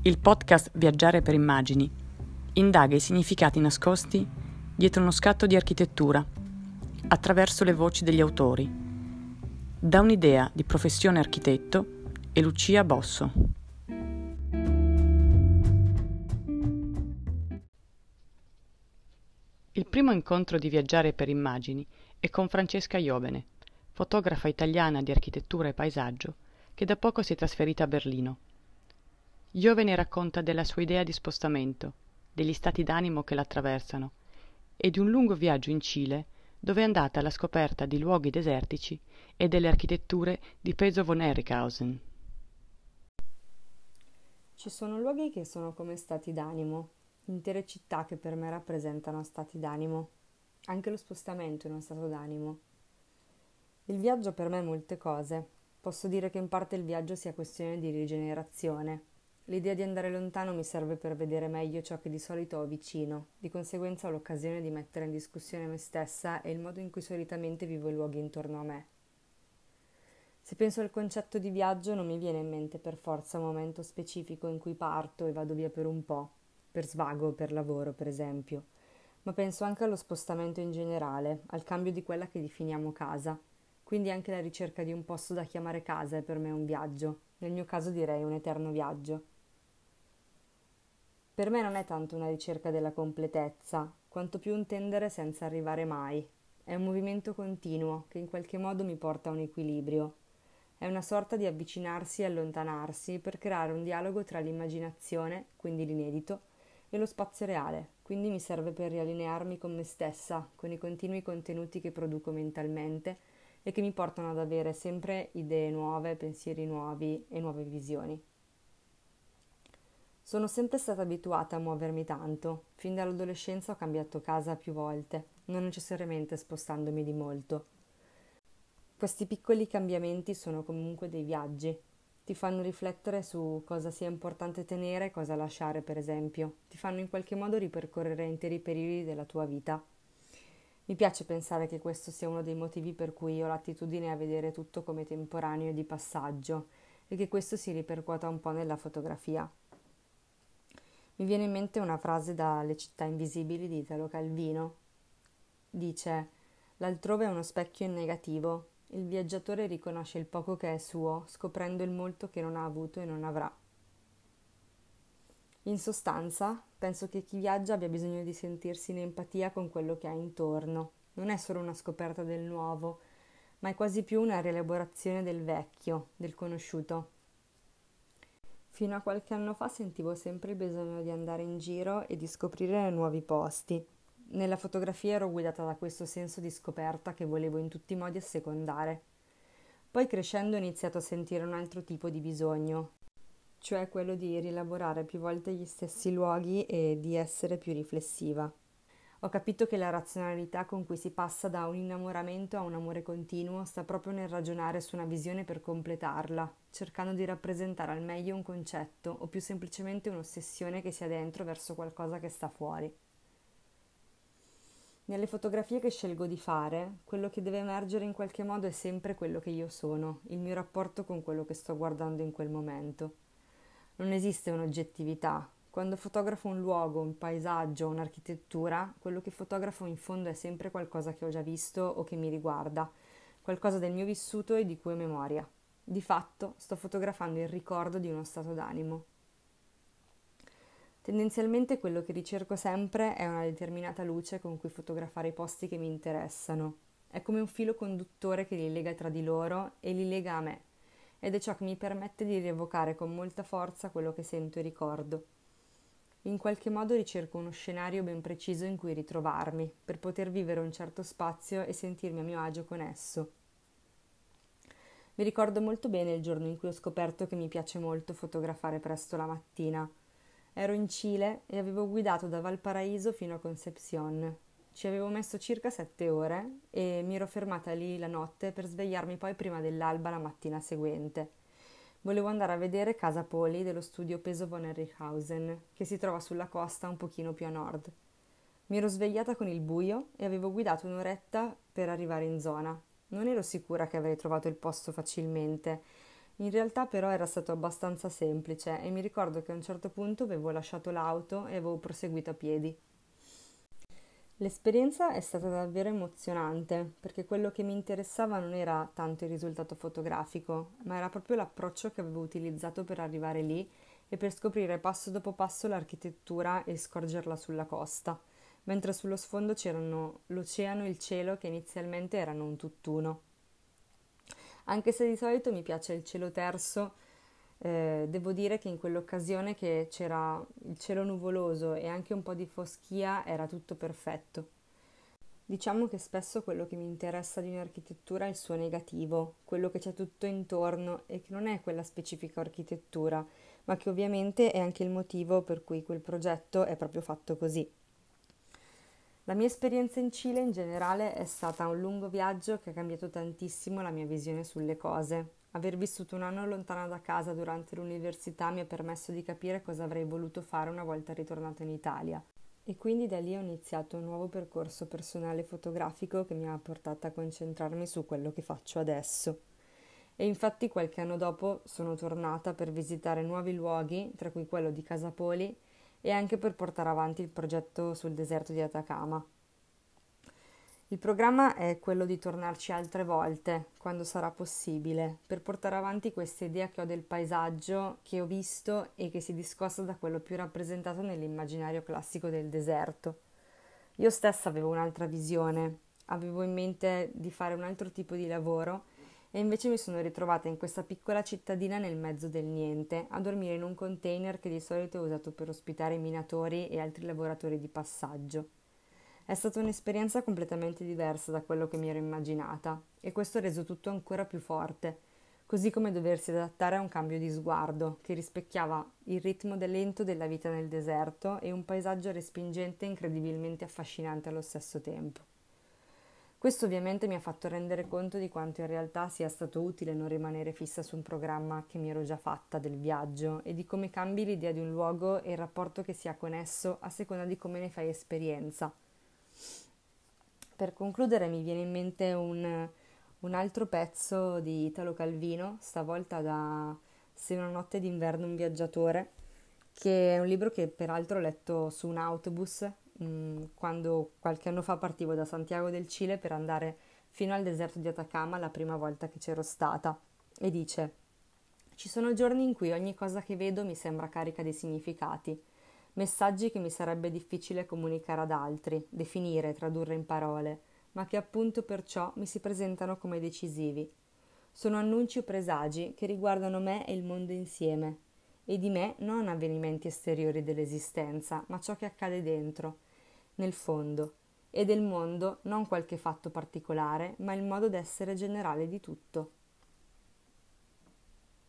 Il podcast Viaggiare per immagini indaga i significati nascosti dietro uno scatto di architettura, attraverso le voci degli autori, da un'idea di professione architetto e Lucia Bosso. Il primo incontro di Viaggiare per immagini è con Francesca Iovene, fotografa italiana di architettura e paesaggio, che da poco si è trasferita a Berlino. Iovene racconta della sua idea di spostamento, degli stati d'animo che la attraversano e di un lungo viaggio in Cile dove è andata alla scoperta di luoghi desertici e delle architetture di Peso von Erickhausen. Ci sono luoghi che sono come stati d'animo, intere città che per me rappresentano stati d'animo. Anche lo spostamento è uno stato d'animo. Il viaggio per me è molte cose. Posso dire che in parte il viaggio sia questione di rigenerazione. L'idea di andare lontano mi serve per vedere meglio ciò che di solito ho vicino, di conseguenza ho l'occasione di mettere in discussione me stessa e il modo in cui solitamente vivo i luoghi intorno a me. Se penso al concetto di viaggio non mi viene in mente per forza un momento specifico in cui parto e vado via per un po', per svago o per lavoro per esempio, ma penso anche allo spostamento in generale, al cambio di quella che definiamo casa. Quindi anche la ricerca di un posto da chiamare casa è per me un viaggio, nel mio caso direi un eterno viaggio. Per me non è tanto una ricerca della completezza, quanto più un tendere senza arrivare mai. È un movimento continuo che in qualche modo mi porta a un equilibrio. È una sorta di avvicinarsi e allontanarsi per creare un dialogo tra l'immaginazione, quindi l'inedito, e lo spazio reale, quindi mi serve per riallinearmi con me stessa, con i continui contenuti che produco mentalmente e che mi portano ad avere sempre idee nuove, pensieri nuovi e nuove visioni. Sono sempre stata abituata a muovermi tanto. Fin dall'adolescenza ho cambiato casa più volte, non necessariamente spostandomi di molto. Questi piccoli cambiamenti sono comunque dei viaggi. Ti fanno riflettere su cosa sia importante tenere e cosa lasciare, per esempio. Ti fanno in qualche modo ripercorrere interi periodi della tua vita. Mi piace pensare che questo sia uno dei motivi per cui ho l'attitudine a vedere tutto come temporaneo e di passaggio e che questo si ripercuota un po' nella fotografia. Mi viene in mente una frase da Le città invisibili di Italo Calvino. Dice: l'altrove è uno specchio in negativo. Il viaggiatore riconosce il poco che è suo, scoprendo il molto che non ha avuto e non avrà. In sostanza, penso che chi viaggia abbia bisogno di sentirsi in empatia con quello che ha intorno. Non è solo una scoperta del nuovo, ma è quasi più una rielaborazione del vecchio, del conosciuto. Fino a qualche anno fa sentivo sempre il bisogno di andare in giro e di scoprire nuovi posti. Nella fotografia ero guidata da questo senso di scoperta che volevo in tutti i modi assecondare. Poi crescendo ho iniziato a sentire un altro tipo di bisogno, cioè quello di rielaborare più volte gli stessi luoghi e di essere più riflessiva. Ho capito che la razionalità con cui si passa da un innamoramento a un amore continuo sta proprio nel ragionare su una visione per completarla, cercando di rappresentare al meglio un concetto o più semplicemente un'ossessione che sia dentro verso qualcosa che sta fuori. Nelle fotografie che scelgo di fare, quello che deve emergere in qualche modo è sempre quello che io sono, il mio rapporto con quello che sto guardando in quel momento. Non esiste un'oggettività. Quando fotografo un luogo, un paesaggio, un'architettura, quello che fotografo in fondo è sempre qualcosa che ho già visto o che mi riguarda, qualcosa del mio vissuto e di cui ho memoria. Di fatto, sto fotografando il ricordo di uno stato d'animo. Tendenzialmente quello che ricerco sempre è una determinata luce con cui fotografare i posti che mi interessano. È come un filo conduttore che li lega tra di loro e li lega a me, ed è ciò che mi permette di rievocare con molta forza quello che sento e ricordo. In qualche modo ricerco uno scenario ben preciso in cui ritrovarmi, per poter vivere un certo spazio e sentirmi a mio agio con esso. Mi ricordo molto bene il giorno in cui ho scoperto che mi piace molto fotografare presto la mattina. Ero in Cile e avevo guidato da Valparaíso fino a Concepción. Ci avevo messo circa 7 ore e mi ero fermata lì la notte per svegliarmi poi prima dell'alba la mattina seguente. Volevo andare a vedere Casa Poli dello studio Peso von Erickhausen, che si trova sulla costa un pochino più a nord. Mi ero svegliata con il buio e avevo guidato un'oretta per arrivare in zona. Non ero sicura che avrei trovato il posto facilmente In realtà però era stato abbastanza semplice e mi ricordo che a un certo punto avevo lasciato l'auto e avevo proseguito a piedi. L'esperienza è stata davvero emozionante perché quello che mi interessava non era tanto il risultato fotografico, ma era proprio l'approccio che avevo utilizzato per arrivare lì e per scoprire passo dopo passo l'architettura e scorgerla sulla costa, mentre sullo sfondo c'erano l'oceano e il cielo che inizialmente erano un tutt'uno. Anche se di solito mi piace il cielo terso, devo dire che in quell'occasione che c'era il cielo nuvoloso e anche un po' di foschia era tutto perfetto. Diciamo che spesso quello che mi interessa di un'architettura è il suo negativo, quello che c'è tutto intorno e che non è quella specifica architettura, ma che ovviamente è anche il motivo per cui quel progetto è proprio fatto così. La mia esperienza in Cile in generale è stata un lungo viaggio che ha cambiato tantissimo la mia visione sulle cose. Aver vissuto un anno lontana da casa durante l'università mi ha permesso di capire cosa avrei voluto fare una volta ritornata in Italia. E quindi da lì ho iniziato un nuovo percorso personale fotografico che mi ha portato a concentrarmi su quello che faccio adesso. E infatti qualche anno dopo sono tornata per visitare nuovi luoghi, tra cui quello di Casapoli, e anche per portare avanti il progetto sul deserto di Atacama. Il programma è quello di tornarci altre volte, quando sarà possibile, per portare avanti questa idea che ho del paesaggio che ho visto e che si discosta da quello più rappresentato nell'immaginario classico del deserto. Io stessa avevo un'altra visione, avevo in mente di fare un altro tipo di lavoro e invece mi sono ritrovata in questa piccola cittadina nel mezzo del niente, a dormire in un container che di solito è usato per ospitare i minatori e altri lavoratori di passaggio. È stata un'esperienza completamente diversa da quello che mi ero immaginata e questo ha reso tutto ancora più forte, così come doversi adattare a un cambio di sguardo che rispecchiava il ritmo lento della vita nel deserto e un paesaggio respingente e incredibilmente affascinante allo stesso tempo. Questo ovviamente mi ha fatto rendere conto di quanto in realtà sia stato utile non rimanere fissa su un programma che mi ero già fatta del viaggio e di come cambi l'idea di un luogo e il rapporto che si ha con esso a seconda di come ne fai esperienza. Per concludere mi viene in mente un altro pezzo di Italo Calvino, stavolta da Se una notte d'inverno un viaggiatore, che è un libro che peraltro ho letto su un autobus quando qualche anno fa partivo da Santiago del Cile per andare fino al deserto di Atacama la prima volta che c'ero stata. E dice: ci sono giorni in cui ogni cosa che vedo mi sembra carica di significati, messaggi che mi sarebbe difficile comunicare ad altri, definire, tradurre in parole, ma che appunto perciò mi si presentano come decisivi. Sono annunci o presagi che riguardano me e il mondo insieme, e di me non avvenimenti esteriori dell'esistenza, ma ciò che accade dentro, nel fondo, e del mondo non qualche fatto particolare, ma il modo d'essere generale di tutto.